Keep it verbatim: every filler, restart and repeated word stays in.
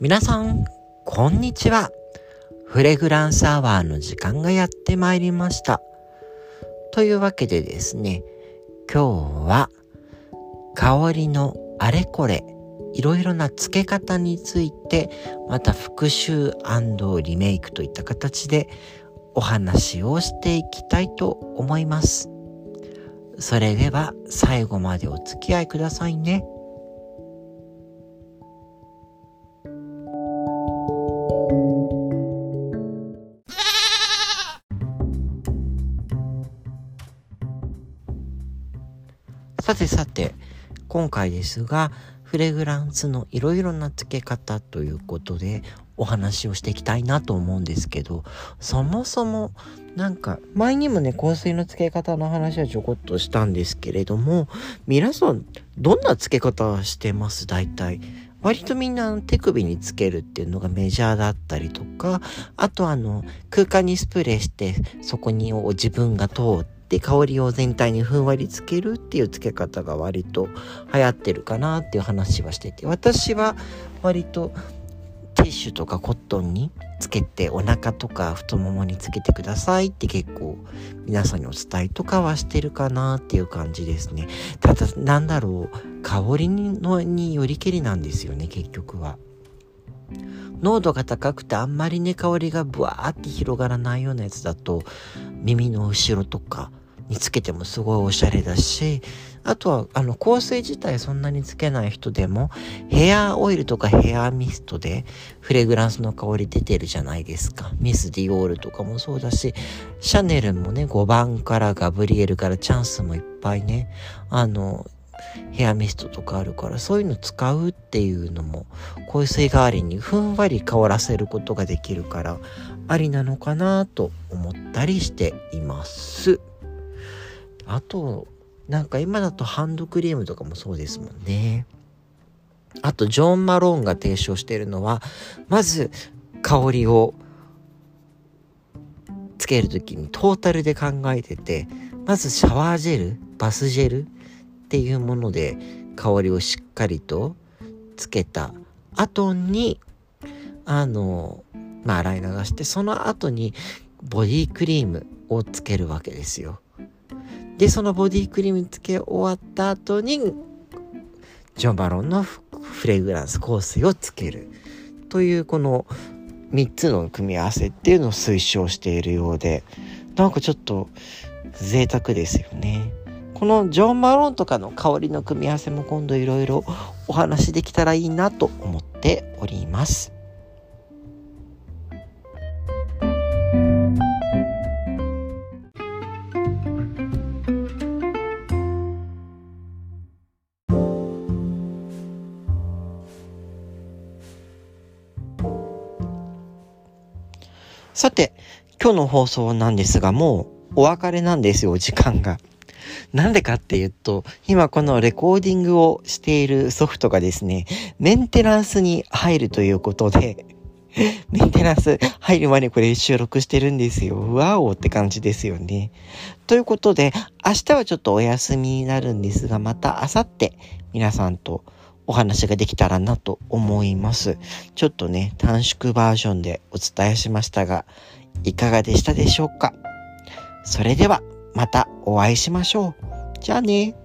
皆さんこんにちは。フレグランスアワーの時間がやってまいりました。というわけでですね、今日は香りのあれこれいろいろな付け方について、また復習&リメイクといった形でお話をしていきたいと思います。それでは最後までお付き合いくださいね。さてさて、今回ですが、フレグランスのいろいろな付け方ということでお話をしていきたいなと思うんですけど、そもそもなんか前にもね、香水の付け方の話はちょこっとしたんですけれども、皆さんどんな付け方してます？大体割とみんな手首につけるっていうのがメジャーだったりとか、あとあの空間にスプレーしてそこに自分が通って香りを全体にふんわりつけるっていうつけ方が割と流行ってるかなっていう話はしてて、私は割とティッシュとかコットンにつけてお腹とか太ももにつけてくださいって結構皆さんにお伝えとかはしてるかなっていう感じですね。ただなんだろう、香りのによりけりなんですよね。結局は濃度が高くてあんまりね香りがブワーって広がらないようなやつだと耳の後ろとかにつけてもすごいおしゃれだし、あとはあの香水自体そんなにつけない人でもヘアオイルとかヘアミストでフレグランスの香り出てるじゃないですか。ミス・ディオールとかもそうだし、シャネルもねごばんからガブリエルからチャンスもいっぱいねあのヘアミストとかあるから、そういうの使うっていうのも香水代わりにふんわり香らせることができるからありなのかなと思ったりしています。あとなんか今だとハンドクリームとかもそうですもんね。あとジョン・マローンが提唱しているのは、まず香りをつけるときにトータルで考えてて、まずシャワージェル、バスジェルっていうもので香りをしっかりとつけた後にあのまあ洗い流して、その後にボディクリームをつけるわけですよ。でそのボディクリームつけ終わった後にジョン・マローンのフレグランス香水をつけるという、このみっつの組み合わせっていうのを推奨しているようで、なんかちょっと贅沢ですよね。このジョン・マローンとかの香りの組み合わせも今度いろいろお話できたらいいなと思っております。さて今日の放送なんですが、もうお別れなんですよ、時間が。なんでかっていうと、今このレコーディングをしているソフトがですね、メンテナンスに入るということで、メンテナンス入る前にこれ収録してるんですよ。ワオって感じですよね。ということで、明日はちょっとお休みになるんですが、また明後日皆さんとお話ができたらなと思います。ちょっとね、短縮バージョンでお伝えしましたが、いかがでしたでしょうか。それではまたお会いしましょう。じゃあね。